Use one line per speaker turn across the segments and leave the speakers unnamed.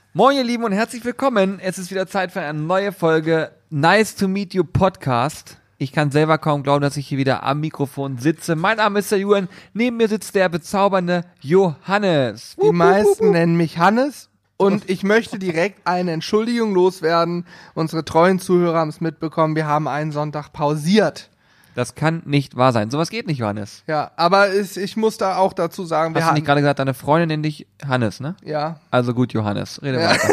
Moin ihr Lieben und herzlich willkommen. Es ist wieder Zeit für eine neue Folge Nice to Meet You Podcast. Ich kann selber kaum glauben, dass ich hier wieder am Mikrofon sitze. Mein Name ist der Julian, neben mir sitzt der bezaubernde Johannes.
Die meisten nennen mich Hannes und ich möchte direkt eine Entschuldigung loswerden. Unsere treuen Zuhörer haben es mitbekommen, wir haben einen Sonntag pausiert.
Das kann nicht wahr sein. Sowas geht nicht, Johannes.
Ja, aber ich muss da auch dazu sagen,
Hast du nicht gerade gesagt, deine Freundin nennt dich Hannes, ne?
Ja.
Also gut, Johannes, rede weiter.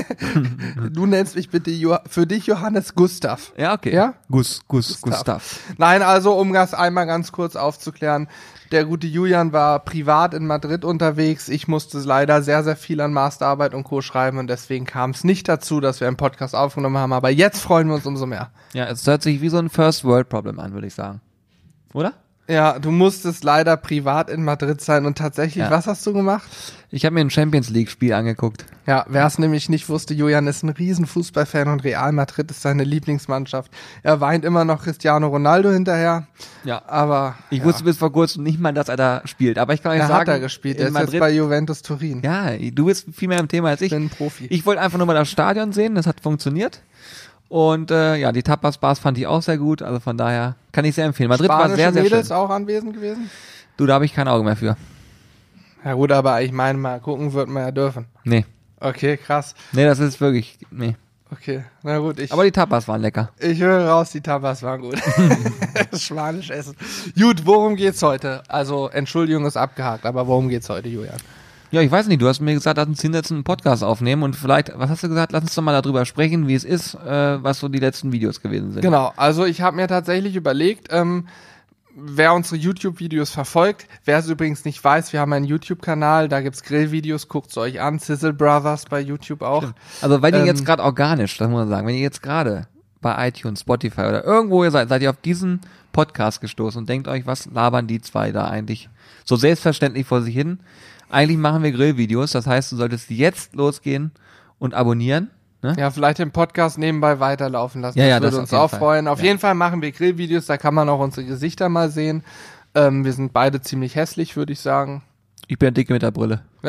Du nennst mich bitte für dich Johannes Gustav.
Ja, okay.
Ja?
Gustav.
Nein, also um das einmal ganz kurz aufzuklären, der gute Julian war privat in Madrid unterwegs. Ich musste leider sehr, sehr viel an Masterarbeit und Co. schreiben und deswegen kam es nicht dazu, dass wir einen Podcast aufgenommen haben. Aber jetzt freuen wir uns umso mehr.
Ja, es hört sich wie so ein First-World-Problem an, würde ich sagen. Oder?
Ja, du musstest leider privat in Madrid sein und tatsächlich, Was hast du gemacht?
Ich habe mir ein Champions-League-Spiel angeguckt.
Ja, wer es nämlich nicht wusste, Julian ist ein riesen Fußballfan und Real Madrid ist seine Lieblingsmannschaft. Er weint immer noch Cristiano Ronaldo hinterher.
Ja,
aber
ich wusste bis vor kurzem nicht mal, dass er da spielt. Aber ich kann euch sagen,
hat er gespielt. Er ist jetzt bei Juventus Turin.
Ja, du bist viel mehr im Thema als ich.
Ich bin ein Profi.
Ich wollte einfach nur mal das Stadion sehen, das hat funktioniert. Und die Tapas-Bars fand ich auch sehr gut, also von daher kann ich sehr empfehlen. Madrid war sehr, sehr
Mädels
schön.
Auch anwesend gewesen?
Du, da habe ich kein Auge mehr für.
Ja gut, aber ich meine, mal gucken wird man ja dürfen.
Nee.
Okay, krass.
Nee, das ist wirklich, nee.
Okay, na gut.
Aber die Tapas waren lecker.
Ich höre raus, die Tapas waren gut. Spanisch essen. Gut, worum geht's heute? Also, Entschuldigung ist abgehakt, aber worum geht's heute, Julian?
Ja, ich weiß nicht, du hast mir gesagt, lass uns hinsetzen, einen Podcast aufnehmen und vielleicht, was hast du gesagt, lass uns doch mal darüber sprechen, wie es ist, was so die letzten Videos gewesen sind.
Genau, also ich habe mir tatsächlich überlegt, wer unsere YouTube-Videos verfolgt, wer es übrigens nicht weiß, wir haben einen YouTube-Kanal, da gibt's Grillvideos, guckt's euch an, Sizzle Brothers bei YouTube auch.
Stimmt. Also wenn ihr jetzt gerade organisch, das muss man sagen, wenn ihr jetzt gerade bei iTunes, Spotify oder irgendwo ihr seid ihr auf diesen Podcast gestoßen und denkt euch, was labern die zwei da eigentlich so selbstverständlich vor sich hin? Eigentlich machen wir Grillvideos, das heißt, du solltest jetzt losgehen und abonnieren. Ne?
Ja, vielleicht den Podcast nebenbei weiterlaufen lassen,
das
würde uns auch freuen. Auf jeden Fall machen wir Grillvideos, da kann man auch unsere Gesichter mal sehen. Wir sind beide ziemlich hässlich, würde ich sagen.
Ich bin der Dicke mit der Brille.
Ja.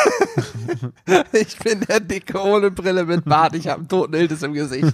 Ich bin der Dicke ohne Brille mit Bart, ich habe einen toten Iltis im Gesicht.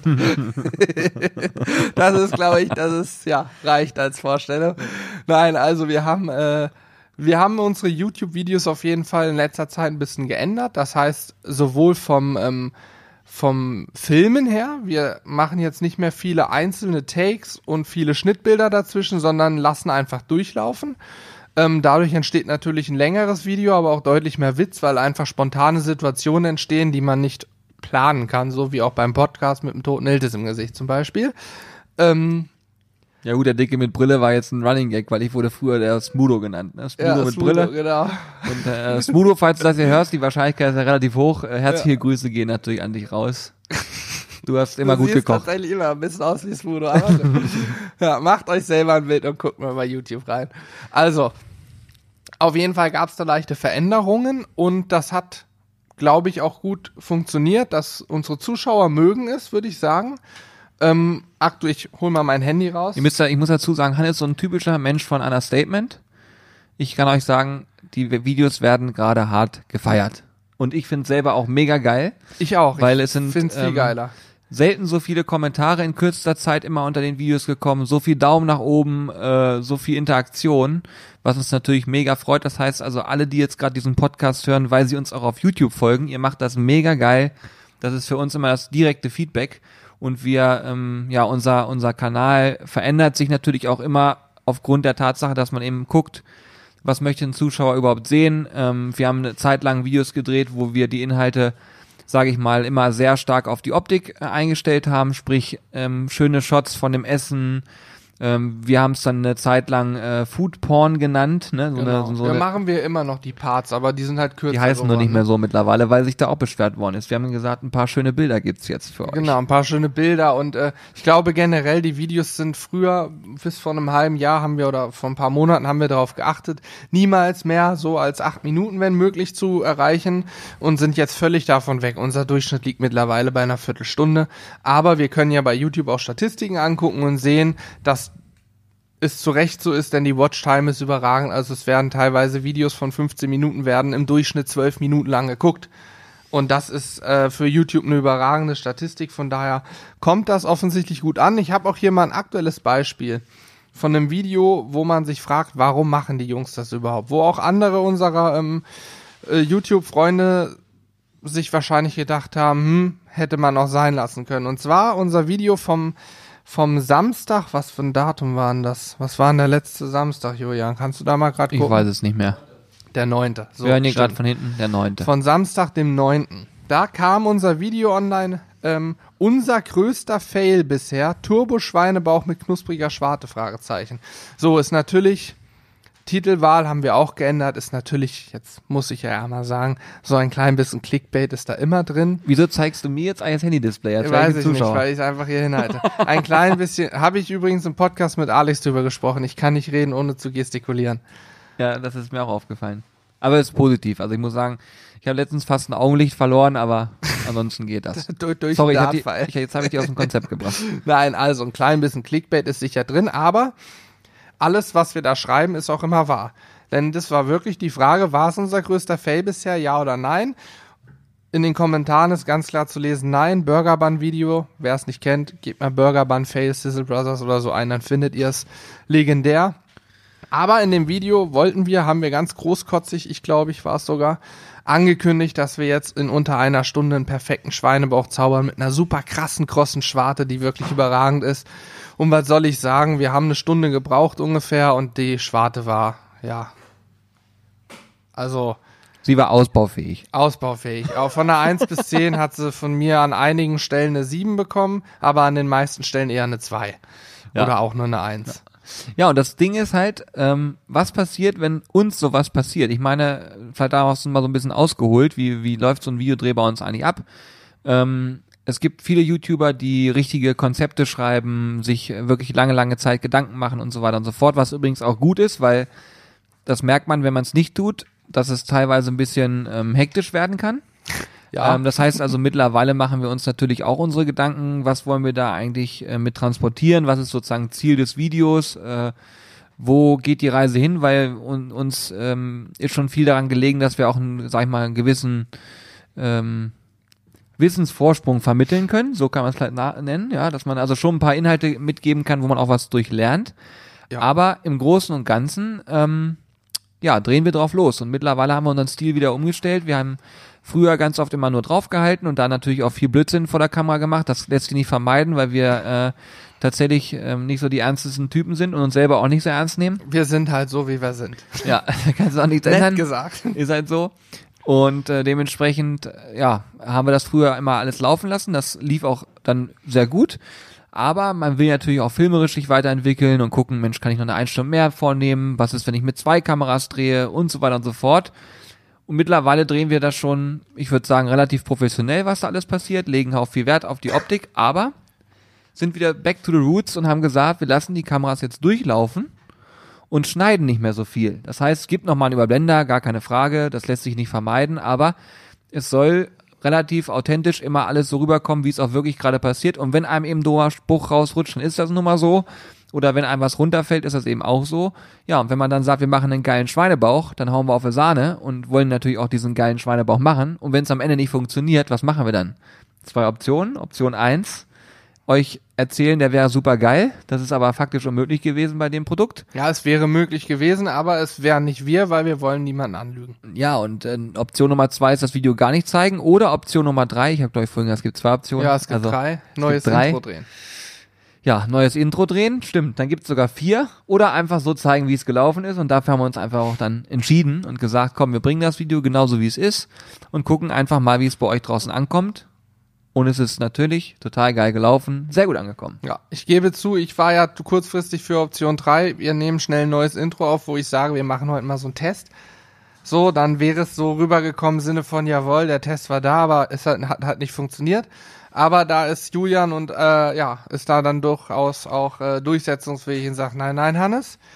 Das ist, glaube ich, reicht als Vorstellung. Nein, also wir haben unsere YouTube-Videos auf jeden Fall in letzter Zeit ein bisschen geändert. Das heißt, sowohl vom Filmen her, wir machen jetzt nicht mehr viele einzelne Takes und viele Schnittbilder dazwischen, sondern lassen einfach durchlaufen. Dadurch entsteht natürlich ein längeres Video, aber auch deutlich mehr Witz, weil einfach spontane Situationen entstehen, die man nicht planen kann, so wie auch beim Podcast mit dem toten Iltis im Gesicht zum Beispiel.
Ja gut, der Dicke mit Brille war jetzt ein Running Gag, weil ich wurde früher der Smudo genannt. Ne? Smudo mit Brille.
Genau.
Und Smudo, falls du das hier hörst, die Wahrscheinlichkeit ist ja relativ hoch. Herzliche Grüße gehen natürlich an dich raus. Du hast immer gut gekocht.
Du siehst tatsächlich immer ein bisschen aus wie Smudo. Aber ja, macht euch selber ein Bild und guckt mal bei YouTube rein. Also, auf jeden Fall gab es da leichte Veränderungen und das hat, glaube ich, auch gut funktioniert, dass unsere Zuschauer mögen es, würde ich sagen. Aktuell, ich hol mal mein Handy raus.
Ich muss dazu sagen, Hannes ist so ein typischer Mensch von Understatement. Ich kann euch sagen, die Videos werden gerade hart gefeiert. Und ich finde es selber auch mega geil.
Ich auch.
Weil es sind
finde es viel geiler.
Selten so viele Kommentare in kürzester Zeit immer unter den Videos gekommen, so viel Daumen nach oben, so viel Interaktion, was uns natürlich mega freut. Das heißt also, alle, die jetzt gerade diesen Podcast hören, weil sie uns auch auf YouTube folgen, ihr macht das mega geil. Das ist für uns immer das direkte Feedback. Und wir, unser Kanal verändert sich natürlich auch immer aufgrund der Tatsache, dass man eben guckt, was möchte ein Zuschauer überhaupt sehen. Wir haben eine Zeit lang Videos gedreht, wo wir die Inhalte, sage ich mal, immer sehr stark auf die Optik eingestellt haben, sprich schöne Shots von dem Essen. Wir haben es dann eine Zeit lang Food Porn genannt. Ne?
Machen wir immer noch die Parts, aber die sind halt kürzer.
Die heißen nur nicht mehr so mittlerweile, weil sich da auch beschwert worden ist. Wir haben gesagt, ein paar schöne Bilder gibt's jetzt für euch.
Genau, ein paar schöne Bilder und ich glaube generell, die Videos sind früher, bis vor einem halben Jahr oder vor ein paar Monaten haben wir darauf geachtet, niemals mehr so als 8 Minuten, wenn möglich, zu erreichen und sind jetzt völlig davon weg. Unser Durchschnitt liegt mittlerweile bei einer Viertelstunde, aber wir können ja bei YouTube auch Statistiken angucken und sehen, dass es zu Recht so ist, denn die Watchtime ist überragend. Also es werden teilweise Videos von 15 Minuten werden im Durchschnitt 12 Minuten lang geguckt. Und das ist für YouTube eine überragende Statistik, von daher kommt das offensichtlich gut an. Ich habe auch hier mal ein aktuelles Beispiel von einem Video, wo man sich fragt, warum machen die Jungs das überhaupt? Wo auch andere unserer YouTube-Freunde sich wahrscheinlich gedacht haben, hätte man auch sein lassen können. Und zwar unser Video vom Samstag, was für ein Datum war denn das? Was war denn der letzte Samstag, Julian? Kannst du da mal gerade gucken?
Ich weiß es nicht mehr.
Der 9.
So, wir hören hier gerade von hinten, der 9.
Von Samstag, dem 9. Da kam unser Video online, unser größter Fail bisher, Turbo-Schweinebauch mit knuspriger Schwarte, Fragezeichen. So, ist natürlich, Titelwahl haben wir auch geändert, ist natürlich, jetzt muss ich ja mal sagen, so ein klein bisschen Clickbait ist da immer drin.
Wieso zeigst du mir jetzt eigentlich das Handy-Display? Als
weiß ich nicht, weil ich es einfach hier hinhalte. Ein klein bisschen, habe ich übrigens im Podcast mit Alex drüber gesprochen, ich kann nicht reden, ohne zu gestikulieren.
Ja, das ist mir auch aufgefallen. Aber es ist positiv. Also ich muss sagen, ich habe letztens fast ein Augenlicht verloren, aber ansonsten geht das.
durch
Sorry, jetzt habe ich die aus dem Konzept gebracht.
Nein, also ein klein bisschen Clickbait ist sicher drin, aber alles, was wir da schreiben, ist auch immer wahr. Denn das war wirklich die Frage, war es unser größter Fail bisher, ja oder nein? In den Kommentaren ist ganz klar zu lesen, nein. Burger Bun Video, wer es nicht kennt, gebt mal Burger Bun Fail Sizzle Brothers oder so ein, dann findet ihr es legendär. Aber in dem Video haben wir ganz großkotzig, ich glaube, war es sogar, angekündigt, dass wir jetzt in unter einer Stunde einen perfekten Schweinebauch zaubern mit einer super krassen, krossen Schwarte, die wirklich überragend ist. Und was soll ich sagen, wir haben eine Stunde gebraucht ungefähr und die Schwarte war, ja, also...
Sie war ausbaufähig.
Ausbaufähig. Auch von einer 1 bis 10 hat sie von mir an einigen Stellen eine 7 bekommen, aber an den meisten Stellen eher eine 2. Ja. Oder auch nur eine 1.
Ja, und das Ding ist halt, was passiert, wenn uns sowas passiert? Ich meine, vielleicht da hast du mal so ein bisschen ausgeholt, wie läuft so ein Videodreh bei uns eigentlich ab? Es gibt viele YouTuber, die richtige Konzepte schreiben, sich wirklich lange Zeit Gedanken machen und so weiter und so fort, was übrigens auch gut ist, weil das merkt man, wenn man es nicht tut, dass es teilweise ein bisschen hektisch werden kann. Ja. Das heißt also, mittlerweile machen wir uns natürlich auch unsere Gedanken, was wollen wir da eigentlich mit transportieren, was ist sozusagen Ziel des Videos, wo geht die Reise hin, weil uns ist schon viel daran gelegen, dass wir auch einen gewissen Wissensvorsprung vermitteln können, so kann man es vielleicht nennen, ja, dass man also schon ein paar Inhalte mitgeben kann, wo man auch was durchlernt, ja. Aber im Großen und Ganzen drehen wir drauf los und mittlerweile haben wir unseren Stil wieder umgestellt, wir haben früher ganz oft immer nur draufgehalten und da natürlich auch viel Blödsinn vor der Kamera gemacht. Das lässt sich nicht vermeiden, weil wir tatsächlich nicht so die ernstesten Typen sind und uns selber auch nicht so ernst nehmen.
Wir sind halt so, wie wir sind.
Ja, da kannst du auch nichts ändern.
Nett gesagt.
Ist halt so. Und dementsprechend, haben wir das früher immer alles laufen lassen. Das lief auch dann sehr gut. Aber man will natürlich auch filmerisch sich weiterentwickeln und gucken, Mensch, kann ich noch eine Einstellung mehr vornehmen? Was ist, wenn ich mit 2 Kameras drehe? Und so weiter und so fort. Und mittlerweile drehen wir das schon, ich würde sagen, relativ professionell, was da alles passiert, legen auch viel Wert auf die Optik, aber sind wieder back to the roots und haben gesagt, wir lassen die Kameras jetzt durchlaufen und schneiden nicht mehr so viel. Das heißt, es gibt nochmal einen Überblender, gar keine Frage, das lässt sich nicht vermeiden, aber es soll relativ authentisch immer alles so rüberkommen, wie es auch wirklich gerade passiert. Und wenn einem eben dober Spruch rausrutscht, dann ist das nun mal so. Oder wenn einem was runterfällt, ist das eben auch so. Ja, und wenn man dann sagt, wir machen einen geilen Schweinebauch, dann hauen wir auf die Sahne und wollen natürlich auch diesen geilen Schweinebauch machen. Und wenn es am Ende nicht funktioniert, was machen wir dann? 2 Optionen. Option 1, euch erzählen, der wäre super geil. Das ist aber faktisch unmöglich gewesen bei dem Produkt.
Ja, es wäre möglich gewesen, aber es wären nicht wir, weil wir wollen niemanden anlügen.
Ja, und Option Nummer 2 ist das Video gar nicht zeigen. Oder Option Nummer 3, ich habe glaube ich vorhin gesagt, es gibt 2 Optionen.
Ja, es gibt 3. Neues Intro drehen.
Ja, neues Intro drehen, stimmt. Dann gibt's sogar 4 oder einfach so zeigen, wie es gelaufen ist. Und dafür haben wir uns einfach auch dann entschieden und gesagt, komm, wir bringen das Video genauso, wie es ist und gucken einfach mal, wie es bei euch draußen ankommt. Und es ist natürlich total geil gelaufen, sehr gut angekommen.
Ja, ich gebe zu, ich war ja kurzfristig für Option 3. Wir nehmen schnell ein neues Intro auf, wo ich sage, wir machen heute mal so einen Test. So, dann wäre es so rübergekommen im Sinne von, jawohl, der Test war da, aber es hat nicht funktioniert. Aber da ist Julian und ist da dann durchaus auch durchsetzungsfähig und sagt, nein, Hannes,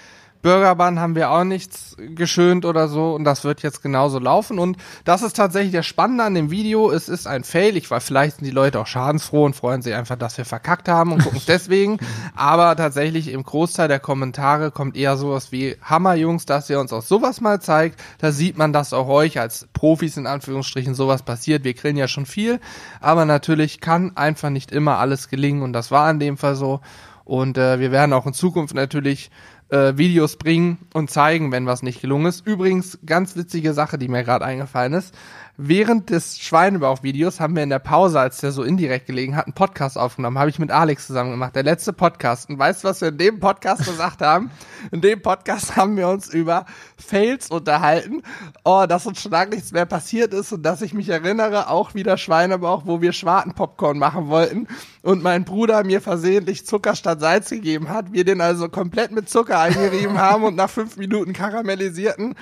Burgerbun haben wir auch nichts geschönt oder so und das wird jetzt genauso laufen und das ist tatsächlich der Spannende an dem Video. Es ist ein Fail. Vielleicht sind die Leute auch schadensfroh und freuen sich einfach, dass wir verkackt haben und gucken es deswegen. Aber tatsächlich im Großteil der Kommentare kommt eher sowas wie Hammer, Jungs, dass ihr uns auch sowas mal zeigt. Da sieht man, dass auch euch als Profis in Anführungsstrichen sowas passiert. Wir grillen ja schon viel, aber natürlich kann einfach nicht immer alles gelingen und das war in dem Fall so. Und wir werden auch in Zukunft natürlich Videos bringen und zeigen, wenn was nicht gelungen ist. Übrigens, ganz witzige Sache, die mir gerade eingefallen ist. Während des Schweinebauch-Videos haben wir in der Pause, als der so indirekt gelegen hat, einen Podcast aufgenommen. Habe ich mit Alex zusammen gemacht, der letzte Podcast. Und weißt du, was wir in dem Podcast gesagt haben? In dem Podcast haben wir uns über Fails unterhalten. Oh, dass uns schon lange nichts mehr passiert ist und dass ich mich erinnere, auch wieder Schweinebauch, wo wir Schwartenpopcorn machen wollten und mein Bruder mir versehentlich Zucker statt Salz gegeben hat. Wir den also komplett mit Zucker eingerieben haben und nach 5 Minuten karamellisierten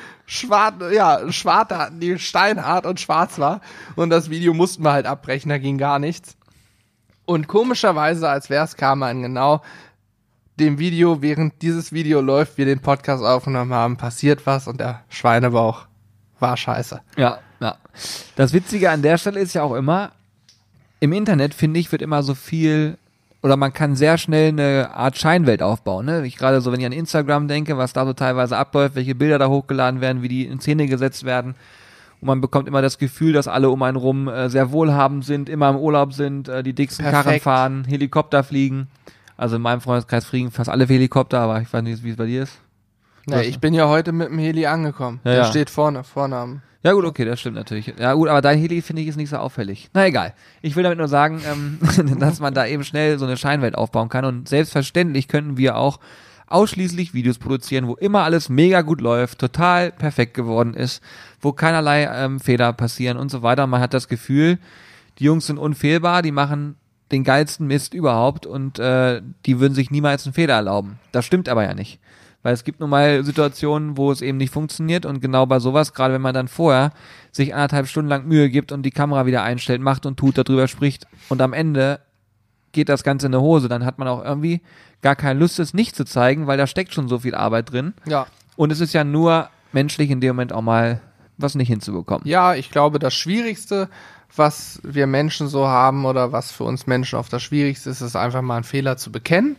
Schwarte hatten, die steinhart und schwarz war. Und das Video mussten wir halt abbrechen, da ging gar nichts. Und komischerweise, als wär's Karma in genau dem Video, während dieses Video läuft, wir den Podcast aufgenommen haben, passiert was und der Schweinebauch war scheiße.
Ja. Das Witzige an der Stelle ist ja auch immer, im Internet, finde ich, wird immer so viel, oder man kann sehr schnell eine Art Scheinwelt aufbauen, ne? Ich gerade so, wenn ich an Instagram denke, was da so teilweise abläuft, welche Bilder da hochgeladen werden, wie die in Szene gesetzt werden. Und man bekommt immer das Gefühl, dass alle um einen rum sehr wohlhabend sind, immer im Urlaub sind, die dicksten Karren fahren, Helikopter fliegen. Also in meinem Freundeskreis fliegen fast alle Helikopter, aber ich weiß nicht, wie es bei dir ist.
Ja, ich bin ja heute mit dem Heli angekommen.
Ja,
der steht vorne am...
Ja gut, okay, das stimmt natürlich. Ja gut, aber dein Heli, finde ich, ist nicht so auffällig. Na egal. Ich will damit nur sagen, dass man da eben schnell so eine Scheinwelt aufbauen kann und selbstverständlich könnten wir auch ausschließlich Videos produzieren, wo immer alles mega gut läuft, total perfekt geworden ist, wo keinerlei Fehler passieren und so weiter. Man hat das Gefühl, die Jungs sind unfehlbar, die machen den geilsten Mist überhaupt und die würden sich niemals einen Fehler erlauben. Das stimmt aber ja nicht. Weil es gibt nun mal Situationen, wo es eben nicht funktioniert und genau bei sowas, gerade wenn man dann vorher sich 1,5 Stunden lang Mühe gibt und die Kamera wieder einstellt, macht und tut, darüber spricht und am Ende geht das Ganze in die Hose, dann hat man auch irgendwie gar keine Lust, es nicht zu zeigen, weil da steckt schon so viel Arbeit drin.
Ja.
Und es ist ja nur menschlich in dem Moment auch mal was nicht hinzubekommen.
Ja, ich glaube, das Schwierigste, was wir Menschen so haben oder was für uns Menschen oft das Schwierigste ist, ist einfach mal einen Fehler zu bekennen.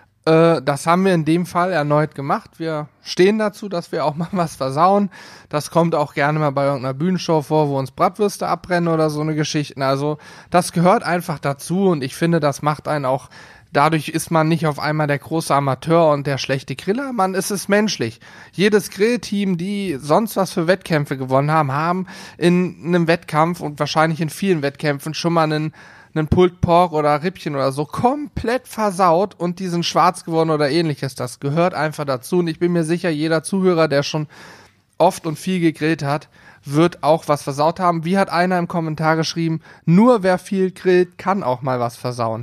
Das haben wir in dem Fall erneut gemacht. Wir stehen dazu, dass wir auch mal was versauen. Das kommt auch gerne mal bei irgendeiner Bühnenshow vor, wo uns Bratwürste abbrennen oder so eine Geschichte. Also das gehört einfach dazu und ich finde, das macht einen auch, dadurch ist man nicht auf einmal der große Amateur und der schlechte Griller, man ist es menschlich. Jedes Grillteam, die sonst was für Wettkämpfe gewonnen haben, haben in einem Wettkampf und wahrscheinlich in vielen Wettkämpfen schon mal einen Pulled Pork oder Rippchen oder so komplett versaut und die sind schwarz geworden oder ähnliches. Das gehört einfach dazu und ich bin mir sicher, jeder Zuhörer, der schon oft und viel gegrillt hat, wird auch was versaut haben. Wie hat einer im Kommentar geschrieben, nur wer viel grillt, kann auch mal was versauen.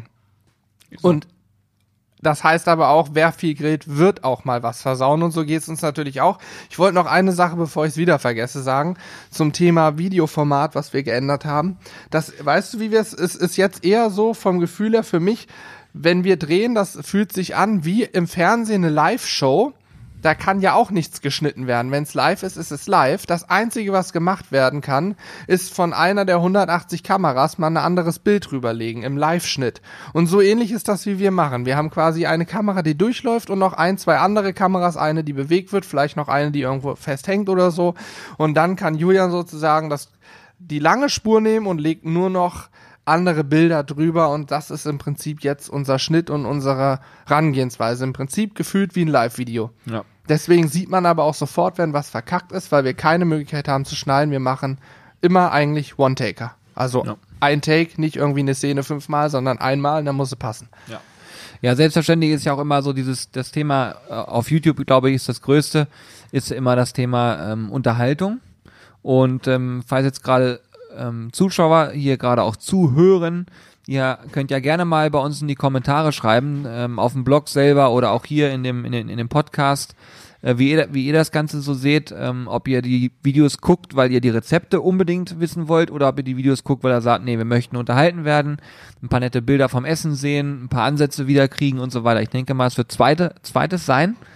So. Und das heißt aber auch, wer viel grillt, wird auch mal was versauen und so geht es uns natürlich auch. Ich wollte noch eine Sache, bevor ich es wieder vergesse, sagen, zum Thema Videoformat, was wir geändert haben. Das, weißt du, wie wir es ist jetzt eher so vom Gefühl her für mich, wenn wir drehen, das fühlt sich an wie im Fernsehen eine Live-Show. Da kann ja auch nichts geschnitten werden. Wenn es live ist, ist es live. Das Einzige, was gemacht werden kann, ist von einer der 180 Kameras mal ein anderes Bild drüberlegen im Live-Schnitt. Und so ähnlich ist das, wie wir machen. Wir haben quasi eine Kamera, die durchläuft und noch 1, 2 andere Kameras. Eine, die bewegt wird, vielleicht noch eine, die irgendwo festhängt oder so. Und dann kann Julian sozusagen die lange Spur nehmen und legt nur noch andere Bilder drüber und das ist im Prinzip jetzt unser Schnitt und unsere Herangehensweise. Im Prinzip gefühlt wie ein Live-Video.
Ja.
Deswegen sieht man aber auch sofort, wenn was verkackt ist, weil wir keine Möglichkeit haben zu schneiden. Wir machen immer eigentlich One-Taker. Also ein Take, nicht irgendwie eine Szene 5-mal, sondern einmal und dann muss sie passen.
Ja. Ja, selbstverständlich ist ja auch immer so das Thema, auf YouTube, glaube ich, ist das Größte, ist immer das Thema Unterhaltung. Und falls jetzt gerade Zuschauer hier gerade auch zuhören, ihr könnt ja gerne mal bei uns in die Kommentare schreiben, auf dem Blog selber oder auch hier in dem Podcast, wie ihr das Ganze so seht, ob ihr die Videos guckt, weil ihr die Rezepte unbedingt wissen wollt oder ob ihr die Videos guckt, weil ihr sagt, nee, wir möchten unterhalten werden, ein paar nette Bilder vom Essen sehen, ein paar Ansätze wiederkriegen und so weiter. Ich denke mal, es wird zweites sein.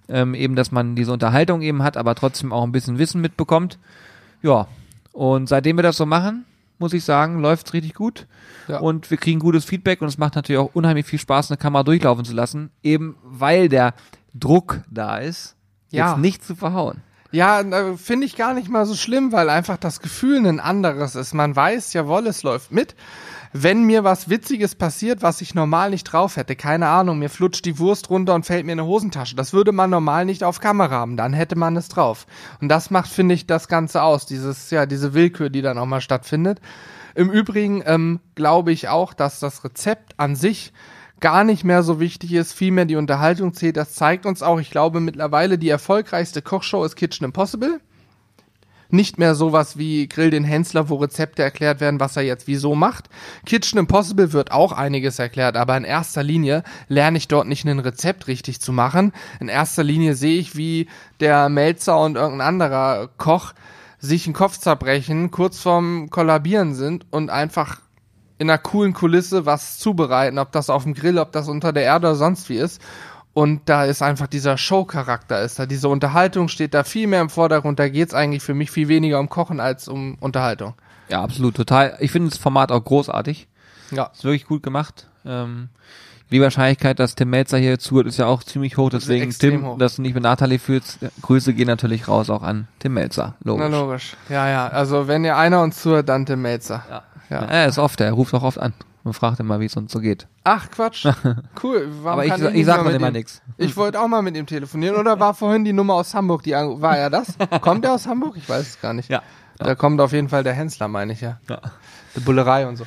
eben, dass man diese Unterhaltung eben hat, aber trotzdem auch ein bisschen Wissen mitbekommt. Ja, und seitdem wir das so machen, muss ich sagen, läuft's richtig gut.
Ja.
Und wir kriegen gutes Feedback und es macht natürlich auch unheimlich viel Spaß, eine Kamera durchlaufen zu lassen, eben weil der Druck da ist, jetzt nicht zu verhauen.
Ja, finde ich gar nicht mal so schlimm, weil einfach das Gefühl ein anderes ist. Man weiß, jawohl, es läuft mit. Wenn mir was Witziges passiert, was ich normal nicht drauf hätte, keine Ahnung, mir flutscht die Wurst runter und fällt mir in eine Hosentasche, das würde man normal nicht auf Kamera haben, dann hätte man es drauf. Und das macht, finde ich, das Ganze aus, diese Willkür, die dann auch mal stattfindet. Im Übrigen glaube ich auch, dass das Rezept an sich gar nicht mehr so wichtig ist, vielmehr die Unterhaltung zählt. Das zeigt uns auch, ich glaube mittlerweile, die erfolgreichste Kochshow ist Kitchen Impossible. Nicht mehr sowas wie Grill den Hensler, wo Rezepte erklärt werden, was er jetzt wieso macht. Kitchen Impossible wird auch einiges erklärt, aber in erster Linie lerne ich dort nicht ein Rezept richtig zu machen. In erster Linie sehe ich, wie der Melzer und irgendein anderer Koch sich den Kopf zerbrechen, kurz vorm Kollabieren sind und einfach in einer coolen Kulisse was zubereiten, ob das auf dem Grill, ob das unter der Erde oder sonst wie ist. Und da ist einfach dieser Show-Charakter, ist da diese Unterhaltung steht da viel mehr im Vordergrund. Da geht's eigentlich für mich viel weniger um Kochen als um Unterhaltung.
Ja, absolut, total. Ich finde das Format auch großartig.
Ja.
Ist wirklich gut gemacht. Die Wahrscheinlichkeit, dass Tim Melzer hier zuhört, ist ja auch ziemlich hoch. Deswegen, Tim,
hoch.
dass du nicht benachteiligt fühlst, Grüße gehen natürlich raus auch an Tim Melzer. Logisch.
Na logisch. Ja. Also wenn ihr einer uns zuhört, dann Tim Melzer.
Ja. Er ist oft, er ruft auch oft an und fragt immer, wie es uns so geht.
Ach, Quatsch. Cool.
Aber ich sag mal immer nichts.
Ich wollte auch mal mit ihm telefonieren. Oder war vorhin die Nummer aus Hamburg? War er das? Kommt er aus Hamburg? Ich weiß es gar nicht.
Ja.
Da kommt auf jeden Fall der Hensler, meine ich ja. Die Bullerei und so.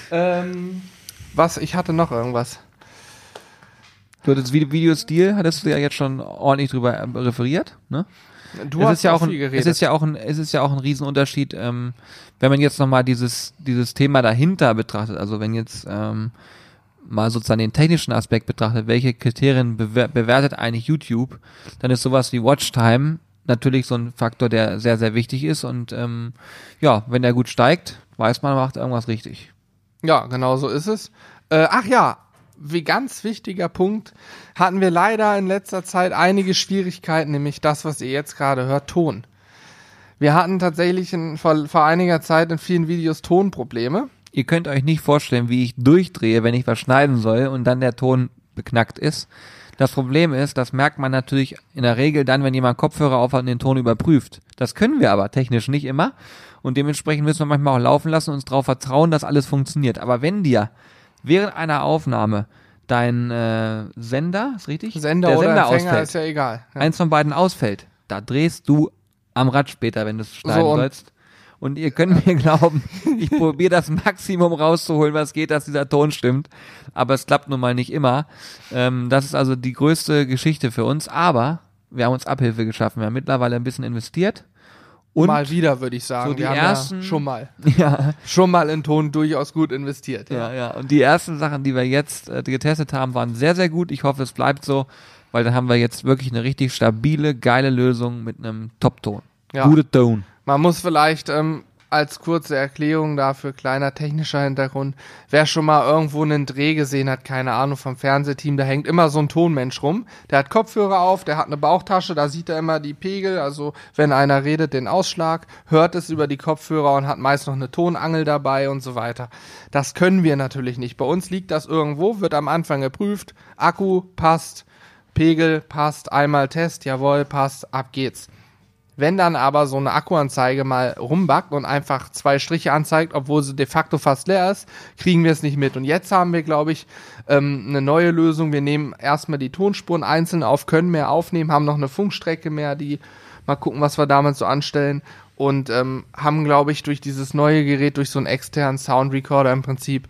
Ich hatte noch irgendwas.
Du hattest Videostil, hattest du ja jetzt schon ordentlich drüber referiert, ne?
Du hast ja auch viel geredet.
Es ist ja auch ein Riesenunterschied, wenn man jetzt nochmal dieses Thema dahinter betrachtet, also wenn jetzt mal sozusagen den technischen Aspekt betrachtet, welche Kriterien bewertet eigentlich YouTube, dann ist sowas wie Watchtime natürlich so ein Faktor, der sehr, sehr wichtig ist und wenn der gut steigt, weiß man macht irgendwas richtig.
Ja, genau so ist es. Wie ganz wichtiger Punkt, hatten wir leider in letzter Zeit einige Schwierigkeiten, nämlich das, was ihr jetzt gerade hört, Ton. Wir hatten tatsächlich vor einiger Zeit in vielen Videos Tonprobleme.
Ihr könnt euch nicht vorstellen, wie ich durchdrehe, wenn ich was schneiden soll und dann der Ton beknackt ist. Das Problem ist, das merkt man natürlich in der Regel dann, wenn jemand Kopfhörer aufhat und den Ton überprüft. Das können wir aber technisch nicht immer und dementsprechend müssen wir manchmal auch laufen lassen und uns darauf vertrauen, dass alles funktioniert. Aber wenn dir während einer Aufnahme dein Sender, ist richtig?
Der
Sender
Empfänger
ausfällt.
ist ja egal. Ja.
Eins von beiden ausfällt, da drehst du am Rad später, wenn du es schneiden sollst. Und ihr könnt mir glauben, ich probiere das Maximum rauszuholen, was geht, dass dieser Ton stimmt. Aber es klappt nun mal nicht immer. Das ist also die größte Geschichte für uns. Aber wir haben uns Abhilfe geschaffen. Wir haben mittlerweile ein bisschen investiert. Und
mal wieder, würde ich sagen.
So die
wir haben
ersten,
schon mal in Ton durchaus gut investiert.
Ja. Und die ersten Sachen, die wir jetzt getestet haben, waren sehr, sehr gut. Ich hoffe, es bleibt so, weil dann haben wir jetzt wirklich eine richtig stabile, geile Lösung mit einem Top-Ton.
Ja.
Gute Ton.
Man muss vielleicht als kurze Erklärung dafür, kleiner technischer Hintergrund, wer schon mal irgendwo einen Dreh gesehen hat, keine Ahnung, vom Fernsehteam, da hängt immer so ein Tonmensch rum, der hat Kopfhörer auf, der hat eine Bauchtasche, da sieht er immer die Pegel, also wenn einer redet, den Ausschlag, hört es über die Kopfhörer und hat meist noch eine Tonangel dabei und so weiter. Das können wir natürlich nicht. Bei uns liegt das irgendwo, wird am Anfang geprüft, Akku passt, Pegel passt, einmal Test, jawohl, passt, ab geht's. Wenn dann aber so eine Akkuanzeige mal rumbackt und einfach 2 Striche anzeigt, obwohl sie de facto fast leer ist, kriegen wir es nicht mit. Und jetzt haben wir, glaube ich, eine neue Lösung. Wir nehmen erstmal die Tonspuren einzeln auf, können mehr aufnehmen, haben noch eine Funkstrecke mehr, die mal gucken, was wir damit so anstellen. Und haben, glaube ich, durch dieses neue Gerät, durch so einen externen Soundrecorder im Prinzip,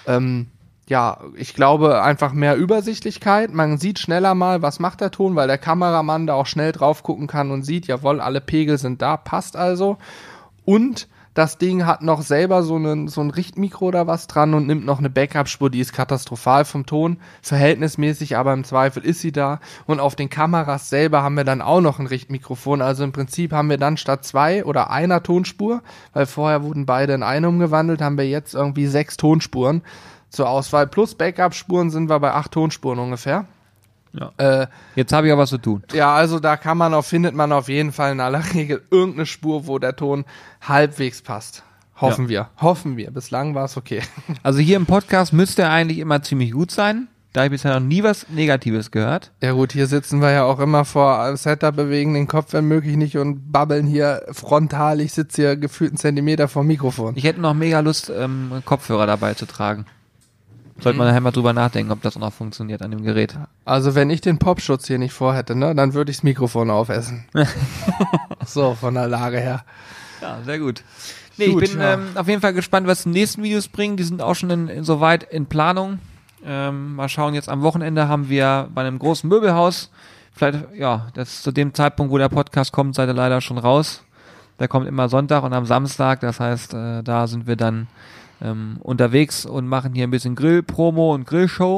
ich glaube, einfach mehr Übersichtlichkeit. Man sieht schneller mal, was macht der Ton, weil der Kameramann da auch schnell drauf gucken kann und sieht, jawohl, alle Pegel sind da, passt also. Und das Ding hat noch selber so ein Richtmikro oder was dran und nimmt noch eine Backup-Spur, die ist katastrophal vom Ton, verhältnismäßig, aber im Zweifel ist sie da. Und auf den Kameras selber haben wir dann auch noch ein Richtmikrofon. Also im Prinzip haben wir dann statt 2 oder einer Tonspur, weil vorher wurden beide in eine umgewandelt, haben wir jetzt irgendwie 6 Tonspuren zur Auswahl. Plus Backup-Spuren sind wir bei 8 Tonspuren ungefähr.
Ja. Jetzt habe ich auch was zu tun.
Ja, also da findet man auf jeden Fall in aller Regel irgendeine Spur, wo der Ton halbwegs passt. Hoffen wir. Bislang war es okay.
Also hier im Podcast müsste er eigentlich immer ziemlich gut sein. Da habe ich bisher noch nie was Negatives gehört.
Ja gut, hier sitzen wir ja auch immer vor Setup, bewegen den Kopf, wenn möglich nicht und babbeln hier frontal. Ich sitze hier gefühlt einen Zentimeter vom Mikrofon.
Ich hätte noch mega Lust, Kopfhörer dabei zu tragen. Sollte man nachher mal drüber nachdenken, ob das auch noch funktioniert an dem Gerät.
Also wenn ich den Popschutz hier nicht vorhätte, ne, dann würde ich das Mikrofon aufessen. So, von der Lage her.
Ja, sehr gut. Nee, ich bin auf jeden Fall gespannt, was die nächsten Videos bringen. Die sind auch schon soweit in Planung. Mal schauen, jetzt am Wochenende haben wir bei einem großen Möbelhaus, vielleicht, ja, das ist zu dem Zeitpunkt, wo der Podcast kommt, seid ihr leider schon raus. Der kommt immer Sonntag und am Samstag, das heißt, da sind wir dann unterwegs und machen hier ein bisschen Grillpromo und Grillshow.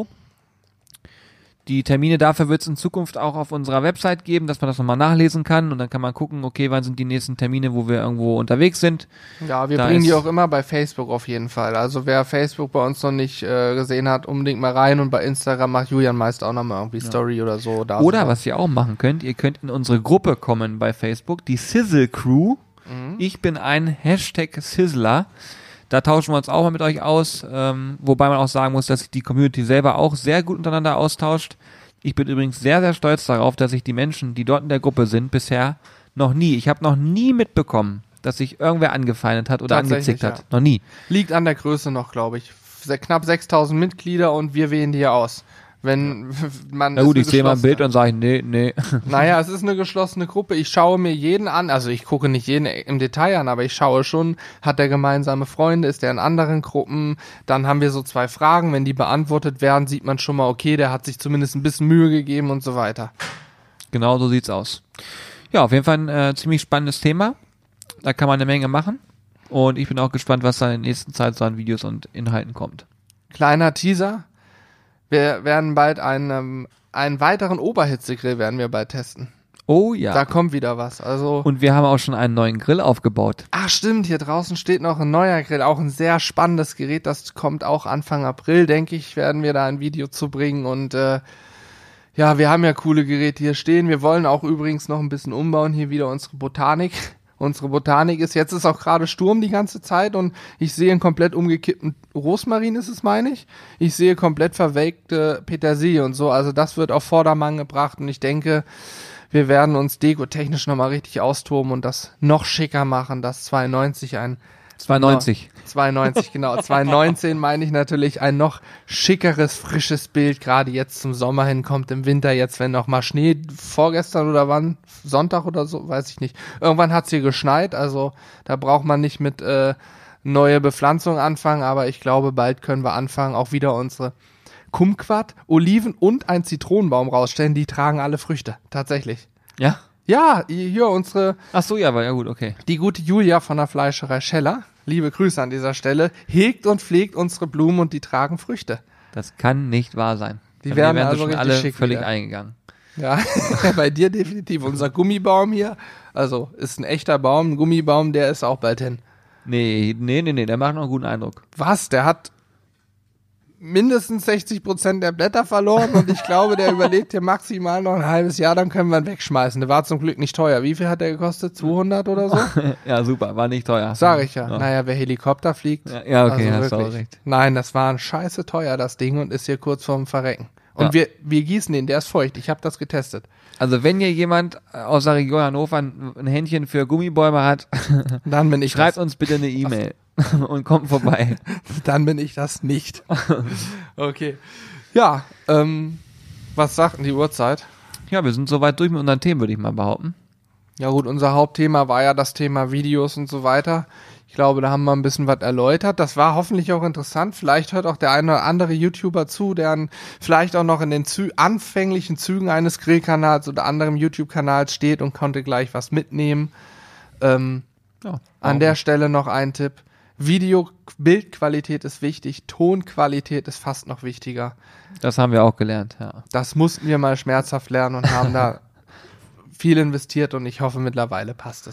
Die Termine dafür wird es in Zukunft auch auf unserer Website geben, dass man das nochmal nachlesen kann und dann kann man gucken, okay, wann sind die nächsten Termine, wo wir irgendwo unterwegs sind.
Ja, wir bringen die auch immer bei Facebook auf jeden Fall. Also wer Facebook bei uns noch nicht gesehen hat, unbedingt mal rein und bei Instagram macht Julian meist auch nochmal irgendwie Story oder so. Da
oder was ihr auch machen könnt, ihr könnt in unsere Gruppe kommen bei Facebook, die Sizzle Crew. Ich bin ein #Sizzler. Da tauschen wir uns auch mal mit euch aus, wobei man auch sagen muss, dass sich die Community selber auch sehr gut untereinander austauscht. Ich bin übrigens sehr, sehr stolz darauf, dass sich die Menschen, die dort in der Gruppe sind, bisher ich habe noch nie mitbekommen, dass sich irgendwer angefeindet hat oder angezickt hat. Ja. Noch nie.
Liegt an der Größe noch, glaube ich. Knapp 6.000 Mitglieder und wir wählen die ja aus. Wenn man
na gut, ich sehe mal ein Bild und sage, nee.
Naja, es ist eine geschlossene Gruppe. Ich schaue mir jeden an, also ich gucke nicht jeden im Detail an, aber ich schaue schon, hat der gemeinsame Freunde, ist der in anderen Gruppen, dann haben wir so 2 Fragen, wenn die beantwortet werden, sieht man schon mal, okay, der hat sich zumindest ein bisschen Mühe gegeben und so weiter.
Genau so sieht's aus. Ja, auf jeden Fall ein ziemlich spannendes Thema. Da kann man eine Menge machen und ich bin auch gespannt, was da in der nächsten Zeit so an Videos und Inhalten kommt.
Kleiner Teaser. Wir werden bald einen weiteren Oberhitzegrill werden wir bald testen.
Oh ja.
Da kommt wieder was. Also
und wir haben auch schon einen neuen Grill aufgebaut.
Ach stimmt, hier draußen steht noch ein neuer Grill, auch ein sehr spannendes Gerät, das kommt auch Anfang April, denke ich, werden wir da ein Video zu bringen und ja, wir haben ja coole Geräte hier stehen. Wir wollen auch übrigens noch ein bisschen umbauen, hier wieder unsere Botanik. Unsere Botanik jetzt ist auch gerade Sturm die ganze Zeit und ich sehe einen komplett umgekippten Rosmarin ist es, meine ich. Ich sehe komplett verwelkte Petersilie und so, also das wird auf Vordermann gebracht und ich denke, wir werden uns dekotechnisch nochmal richtig austoben und das noch schicker machen, dass 92 genau. 2019 meine ich natürlich ein noch schickeres, frisches Bild, gerade jetzt zum Sommer hin, kommt im Winter jetzt, wenn noch mal Schnee, vorgestern oder wann, Sonntag oder so, weiß ich nicht. Irgendwann hat's hier geschneit, also da braucht man nicht mit neue Bepflanzung anfangen, aber ich glaube, bald können wir anfangen, auch wieder unsere Kumquat, Oliven und ein Zitronenbaum rausstellen, die tragen alle Früchte, tatsächlich.
Ja?
Ja, hier unsere...
Ach so, ja, war ja gut, okay.
Die gute Julia von der Fleischerei Scheller, liebe Grüße an dieser Stelle, hegt und pflegt unsere Blumen und die tragen Früchte.
Das kann nicht wahr sein.
Die werden also
schon alle völlig eingegangen.
Ja, bei dir definitiv. Unser Gummibaum hier, also ist ein echter Baum, ein Gummibaum, der ist auch bald hin.
Nee, der macht noch einen guten Eindruck.
Was? Der hat mindestens 60% der Blätter verloren und ich glaube, der überlebt hier maximal noch ein halbes Jahr, dann können wir ihn wegschmeißen. Der war zum Glück nicht teuer. Wie viel hat der gekostet? 200 oder so?
Ja, super, war nicht teuer.
Sag ich ja. Naja, wer Helikopter fliegt.
Ja, okay,
also
hast du auch recht.
Nein, das war ein scheiße teuer, das Ding, und ist hier kurz vorm Verrecken. Und wir gießen den, der ist feucht. Ich habe das getestet.
Also wenn hier jemand aus der Region Hannover ein Händchen für Gummibäume hat,
dann bin ich
schreibt uns bitte eine E-Mail und kommt vorbei.
Dann bin ich das nicht. Okay. Ja, was sagt denn die Uhrzeit?
Ja, wir sind soweit durch mit unseren Themen, würde ich mal behaupten.
Ja gut, unser Hauptthema war ja das Thema Videos und so weiter. Ich glaube, da haben wir ein bisschen was erläutert. Das war hoffentlich auch interessant. Vielleicht hört auch der eine oder andere YouTuber zu, der vielleicht auch noch in den anfänglichen Zügen eines Grillkanals oder anderem YouTube-Kanals steht und konnte gleich was mitnehmen. An der Stelle noch ein Tipp. Bildqualität ist wichtig, Tonqualität ist fast noch wichtiger.
Das haben wir auch gelernt, ja.
Das mussten wir mal schmerzhaft lernen und haben da viel investiert und ich hoffe, mittlerweile passt es.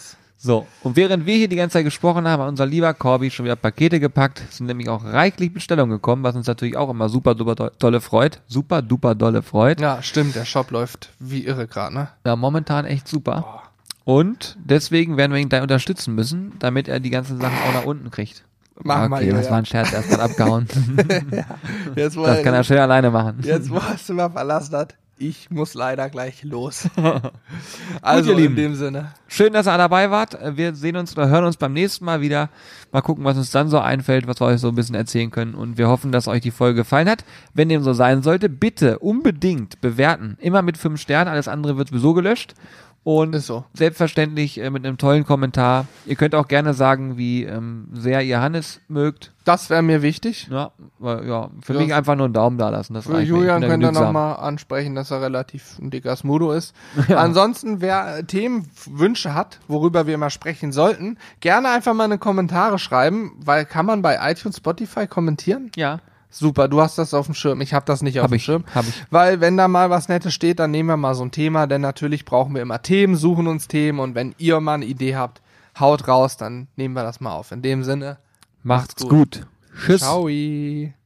So, und während wir hier die ganze Zeit gesprochen haben, hat unser lieber Corby schon wieder Pakete gepackt. Es sind nämlich auch reichlich Bestellungen gekommen, was uns natürlich auch immer super duper dolle freut. Super duper dolle freut.
Ja, stimmt, der Shop läuft wie irre gerade, ne?
Ja, momentan echt super. Und deswegen werden wir ihn gleich unterstützen müssen, damit er die ganzen Sachen auch nach unten kriegt.
Mach mal,
das war ein Scherz, er ist gerade abgehauen.
Jetzt,
Das kann er schön alleine machen.
Jetzt, wo er es immer verlassen hat, ich muss leider gleich los. Also
Gut, ihr Lieben.
in dem Sinne.
Schön, dass ihr dabei wart. Wir sehen uns oder hören uns beim nächsten Mal wieder. Mal gucken, was uns dann so einfällt, was wir euch so ein bisschen erzählen können. Und wir hoffen, dass euch die Folge gefallen hat. Wenn dem so sein sollte, bitte unbedingt bewerten. Immer mit 5 Sternen, alles andere wird sowieso gelöscht. Und
Ist so.
selbstverständlich mit einem tollen Kommentar. Ihr könnt auch gerne sagen, wie sehr ihr Hannes mögt.
Das wäre mir wichtig.
Ja, weil, ja, für mich einfach nur einen Daumen da lassen. Das
Für
reicht mir.
Julian
Ich bin da
könnt ihr
genügsam.
nochmal ansprechen, dass er relativ ein dicker Smudo ist. Ansonsten, wer Themenwünsche hat, worüber wir mal sprechen sollten, gerne einfach mal in die Kommentare schreiben, weil kann man bei iTunes, Spotify kommentieren?
Ja,
Super, du hast das auf dem Schirm. Ich habe das nicht auf dem Schirm.
hab ich.
Weil wenn da mal was Nettes steht, dann nehmen wir mal so ein Thema, denn natürlich brauchen wir immer Themen, suchen uns Themen und wenn ihr mal eine Idee habt, haut raus, dann nehmen wir das mal auf. In dem Sinne,
Macht's gut. Tschüss.
ciao.